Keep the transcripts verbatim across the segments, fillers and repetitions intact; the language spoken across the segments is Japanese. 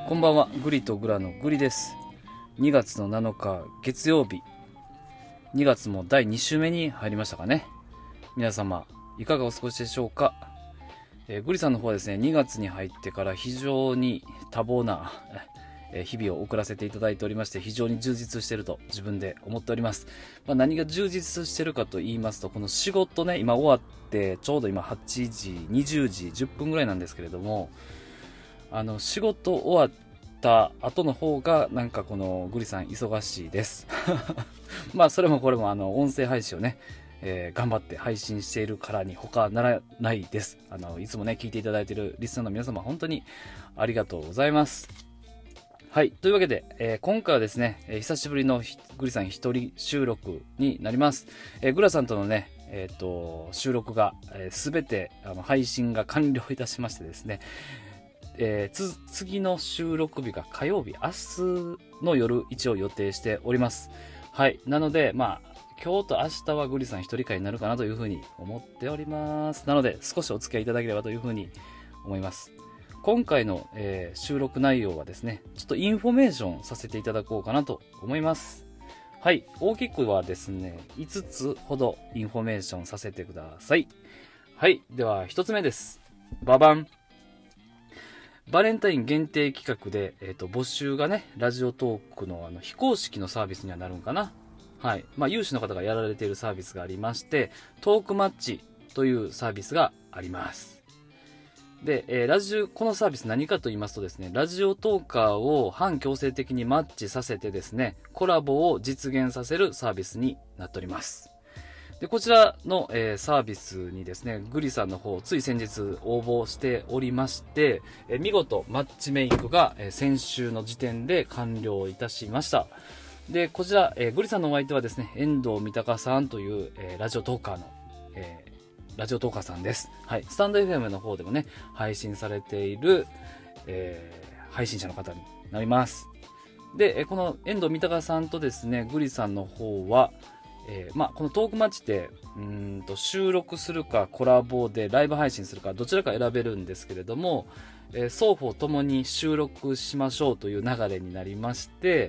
こんばんは、グリとグラのグリです。にがつのなのか月曜日、にがつもだいに週目に入りましたかね。皆様いかがお過ごしでしょうか。えー、グリさんの方はですね、にがつに入ってから非常に多忙な日々を送らせていただいておりまして、非常に充実していると自分で思っております。まあ、何が充実しているかと言いますと、この仕事ね、今終わってちょうど今はちじ、にじゅうじじゅっぷんぐらいなんですけれども、あの仕事終わった後の方がなんかこのグリさん忙しいですまあそれもこれもあの音声配信をね、えー、頑張って配信しているからに他ならないです。あのいつもね聞いていただいているリスナーの皆様本当にありがとうございます。はい、というわけで、えー、今回はですね、えー、久しぶりのグリさん一人収録になります。えー、グラさんとのねえー、と収録がすべ、えー、てあの配信が完了いたしましてですね、えー、つ次の収録日が火曜日、明日の夜一応予定しております。はい。なので、まあ、今日と明日はグリさん一人会になるかなというふうに思っております。なので、少しお付き合いいただければというふうに思います。今回の、えー、収録内容はですね、ちょっとインフォメーションさせていただこうかなと思います。はい。大きくはですね、いつつほどインフォメーションさせてください。はい。では、ひとつめです。ババン。バレンタイン限定企画で、えっと、募集がね、ラジオトークのあの非公式のサービスにはなるんかな。はい。まあ、有志の方がやられているサービスがありまして、トークマッチというサービスがあります。で、えー、ラジオ、このサービス何かと言いますとですね、ラジオトーカーを反強制的にマッチさせてですね、コラボを実現させるサービスになっております。でこちらの、えー、サービスにですね、グリさんの方、つい先日応募しておりまして、えー、見事マッチメイクが、えー、先週の時点で完了いたしました。で、こちら、えー、グリさんのお相手はですね、遠藤三鷹さんという、えー、ラジオトーカーの、えー、ラジオトーカーさんです。はい。スタンド エフエム の方でもね、配信されている、えー、配信者の方になります。で、この遠藤三鷹さんとですね、グリさんの方は、えーまあ、このトークマッチってうーんと収録するかコラボでライブ配信するかどちらか選べるんですけれども、えー、双方ともに収録しましょうという流れになりまして、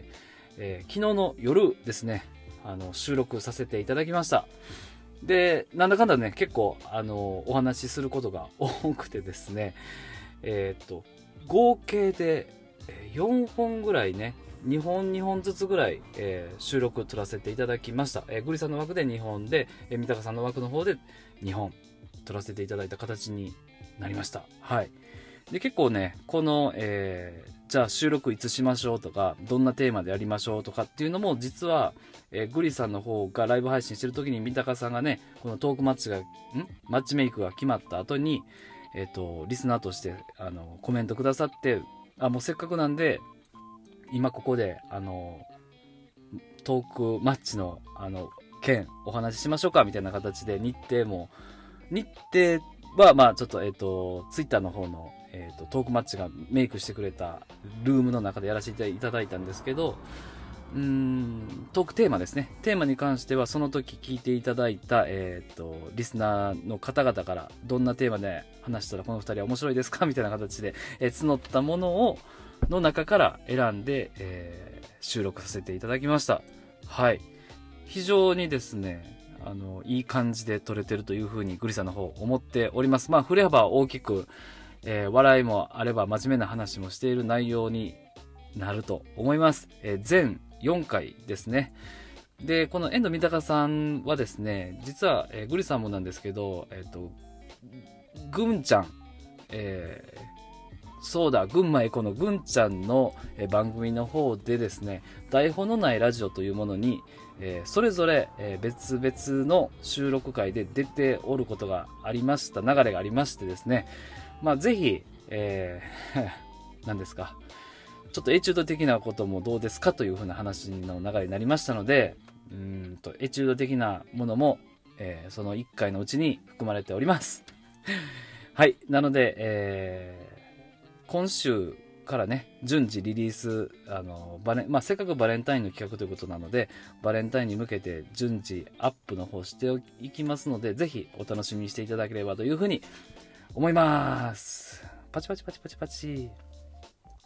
えー、昨日の夜ですね、あの収録させていただきました。でなんだかんだね結構あのお話しすることが多くてですね、えー、っと合計でよんほんぐらいね、にほんにほんずつぐらい、えー、収録撮らせていただきました。えー、グリさんの枠でにほんで、えー、三鷹さんの枠の方でにほん撮らせていただいた形になりました。はい。で、結構ね、この、えー、じゃあ収録いつしましょうとか、どんなテーマでやりましょうとかっていうのも、実は、えー、グリさんの方がライブ配信してる時に三鷹さんがね、このトークマッチが、んマッチメイクが決まった後に、えっと、リスナーとして、あの、コメントくださって、あ、もうせっかくなんで、今ここであのトークマッチのあの件お話ししましょうかみたいな形で日程も日程はまあちょっとえっ、ー、とツイッターの方の、えー、とトークマッチがメイクしてくれたルームの中でやらせていただいたんですけど、うーんトークテーマですね。テーマに関してはその時聞いていただいた、えー、とリスナーの方々からどんなテーマで話したらこのふたりは面白いですかみたいな形で、えー、募ったものをの中から選んで、えー、収録させていただきました。はい。非常にですね、あの、いい感じで撮れてるというふうにグリさんの方思っております。まあ、振れ幅大きく、えー、笑いもあれば真面目な話もしている内容になると思います。えー、全よんかいですね。で、この遠藤三鷹さんはですね、実は、えー、グリさんもなんですけど、えっ、ー、と、ぐんちゃん、えーそうだ、群馬エコのぐんちゃんの番組の方でですね、台本のないラジオというものに、えー、それぞれ別々の収録会で出ておることがありました、流れがありましてですね、まあぜひ、えー、何ですか、ちょっとエチュード的なこともどうですかというふうな話の流れになりましたので、うーんとエチュード的なものも、えー、そのいっかいのうちに含まれております。はい、なので、えー今週からね、順次リリース、あの、バレン、まあ、せっかくバレンタインの企画ということなので、バレンタインに向けて順次アップの方していきますので、ぜひお楽しみにしていただければというふうに思います。パチパチパチパチパチ。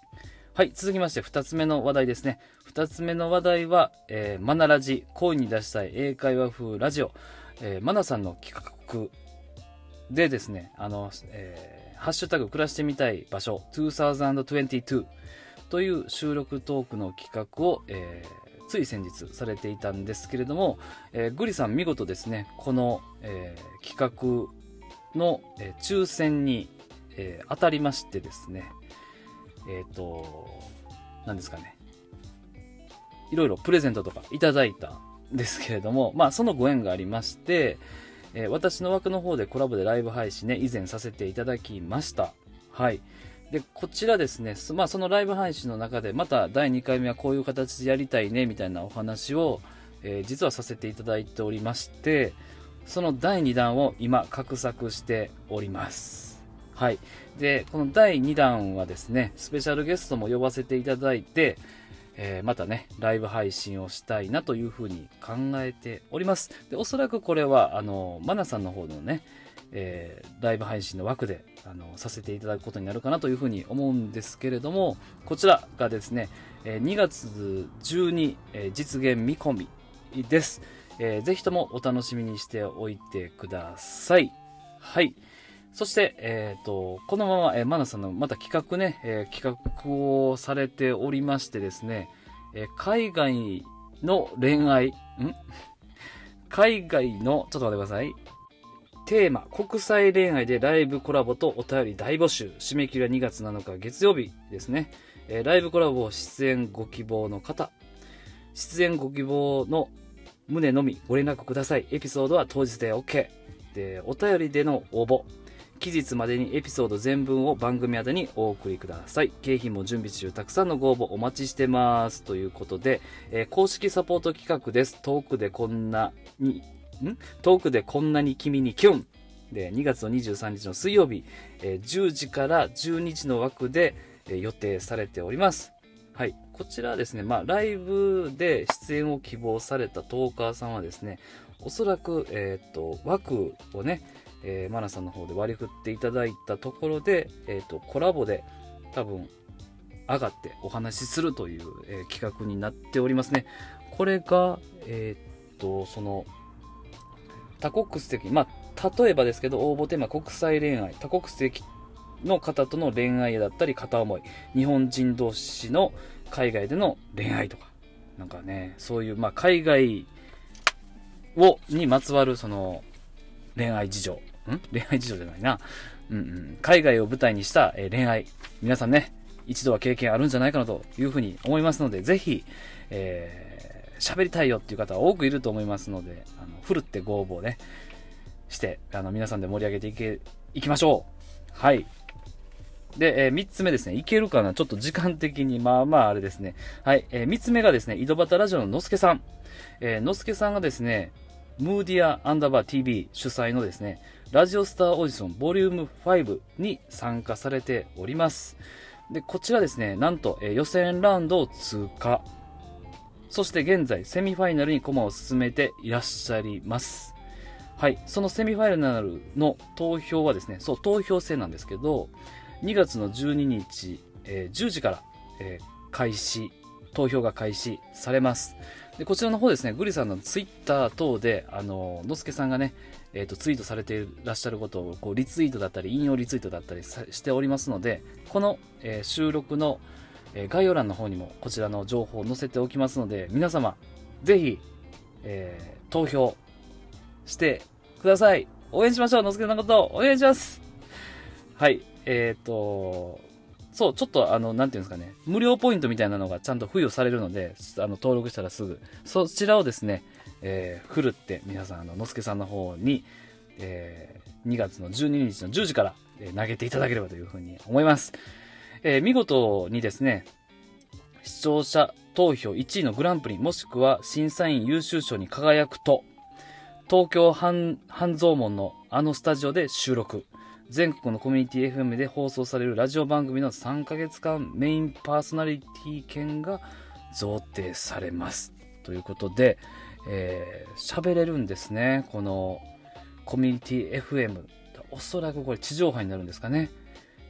はい、続きましてふたつめの話題ですね。ふたつめの話題は、えー、マナラジ声に出したい英会話風ラジオ、えー、マナさんの企画でですね、あの、えー、ハッシュタグ暮らしてみたい場所にせんにじゅうにという収録トークの企画を、えー、つい先日されていたんですけれども、えー、グリさん見事ですね、この、えー、企画の、えー、抽選に、えー、当たりましてですね、えっと、何ですかね。いろいろプレゼントとかいただいたんですけれども、まあそのご縁がありまして、えー、私の枠の方でコラボでライブ配信ね、以前させていただきました。はい。で、こちらですね、まあそのライブ配信の中で、まただいにかいめはこういう形でやりたいね、みたいなお話を、えー、実はさせていただいておりまして、そのだいにだんを今、画策しております。はい。で、このだいにだんはですね、スペシャルゲストも呼ばせていただいて、えー、またね、ライブ配信をしたいなというふうに考えております。で、おそらくこれは、あの、マナさんの方のね、えー、ライブ配信の枠で、あの、させていただくことになるかなというふうに思うんですけれども、こちらがですね、えー、にがつじゅうに、えー、実現見込みです。えー、ぜひともお楽しみにしておいてください。はい。そして、えっと、このまま、えー、マナさんのまた企画ね、えー、企画をされておりましてですね、えー、海外の恋愛、ん海外の、ちょっと待ってください。テーマ、国際恋愛でライブコラボとお便り大募集。締め切りはにがつなのか月曜日ですね。えー、ライブコラボ出演ご希望の方、出演ご希望の旨のみご連絡ください。エピソードは当日で OK。で、お便りでの応募。期日までにエピソード全文を番組宛てにお送りください。景品も準備中、たくさんのご応募お待ちしてます。ということで、えー、公式サポート企画です。遠くでこんなに、ん遠くでこんなに君にキュン。で、にがつのにじゅうさんにちの水曜日、えー、じゅうじからじゅうにじの枠で、えー、予定されております。はい。こちらはですね、まあ、ライブで出演を希望されたトーカーさんはですね、おそらく、えっと、枠をね、えー、マナさんの方で割り振っていただいたところで、えっと、コラボで多分上がってお話しするという、えー、企画になっておりますね。これが、えっと、その、多国籍、まあ、例えばですけど、応募テーマ国際恋愛、多国籍の方との恋愛だったり片思い、日本人同士の海外での恋愛とか、なんかね、そういう、まあ、海外を、にまつわるその、恋愛事情。ん恋愛事情じゃないな。うんうん。海外を舞台にした、えー、恋愛。皆さんね、一度は経験あるんじゃないかなというふうに思いますので、ぜひ、えー、喋りたいよっていう方は多くいると思いますので、あの、ふるってご応募ね、して、あの、皆さんで盛り上げていけ、いきましょう。はい。で、えー、三つ目ですね。いけるかなちょっと時間的に、まあまああれですね。はい。えー、三つ目がですね、井戸端ラジオののすけさん。えー、のすけさんがですね、ムーディアアンダーバー ティーブイ 主催のですね、ラジオスターオーディションボリュームファイブに参加されております。で、こちらですね、なんと、えー、予選ラウンドを通過。そして現在、セミファイナルに駒を進めていらっしゃいます。はい。そのセミファイナルの投票はですね、そう、投票制なんですけど、にがつのじゅうににち、えー、じゅうじから、えー、開始、投票が開始されます。で、こちらの方ですね、グリさんのツイッター等で、あの、のすけさんがね、えっと、ツイートされていらっしゃることを、こう、リツイートだったり、引用リツイートだったりしておりますので、この、えー、収録の、えー、概要欄の方にも、こちらの情報を載せておきますので、皆様、ぜひ、えー、投票してください。応援しましょう、のすけさんのことをお願いします。はい、えっと、そう、ちょっとあの、なんていうんですかね、無料ポイントみたいなのがちゃんと付与されるので、あの、登録したらすぐ、そちらをですね、えー、ふるって皆さん、あの、のすけさんの方に、えー、にがつのじゅうににちのじゅうじから、えー、投げていただければというふうに思います。えー、見事にですね、視聴者投票いちいのグランプリ、もしくは審査員優秀賞に輝くと、東京半、半蔵門のあのスタジオで収録。全国のコミュニティ エフエム で放送されるラジオ番組のさんかげつかんメインパーソナリティ権が贈呈されます。ということで、えー、喋れるんですね。このコミュニティ エフエム。おそらくこれ地上波になるんですかね。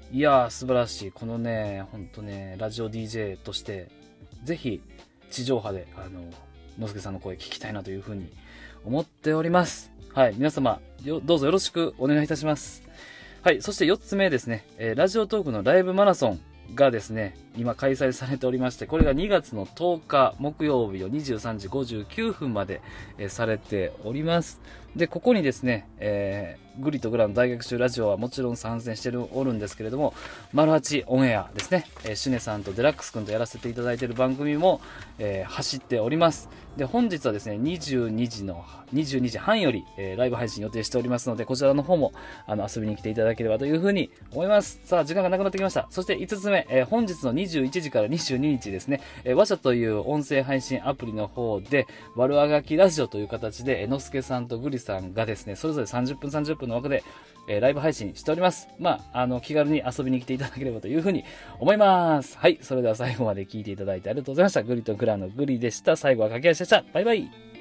いやー、素晴らしい。このね、ほんとね、ラジオ ディージェー として、ぜひ、地上波で、あの、のすけさんの声聞きたいなというふうに思っております。はい、皆様、よ、どうぞよろしくお願いいたします。はい、そしてよっつめですね、えー、ラジオトークのライブマラソンがですね、今開催されておりまして、これがにがつのとおか木曜日をにじゅうさんじごじゅうきゅうふんまで、えー、されております。で、ここにですね、えー、グリとグラの大学習ラジオはもちろん参戦してるおるんですけれども、マルハチオンエアですね、えー、シュネさんとデラックス君とやらせていただいている番組も、えー、走っております。で、本日はですね、にじゅうにじの、にじゅうにじはんより、えー、ライブ配信予定しておりますので、こちらの方も、あの、遊びに来ていただければというふうに思います。さあ、時間がなくなってきました。そしていつつめ、えー、本日のにじゅういちじからにじゅうににちですね、えー、話者という音声配信アプリの方で、悪あがきラジオという形で、えのすけさんとグリさんがですね、それぞれさんじゅっぷんさんじゅっぷんの枠で、えー、ライブ配信しております。まあ、あの、気軽に遊びに来ていただければというふうに思います。はい、それでは最後まで聞いていただいてありがとうございました。グリとグラのグリでした。最後は駆け足でした。バイバイ。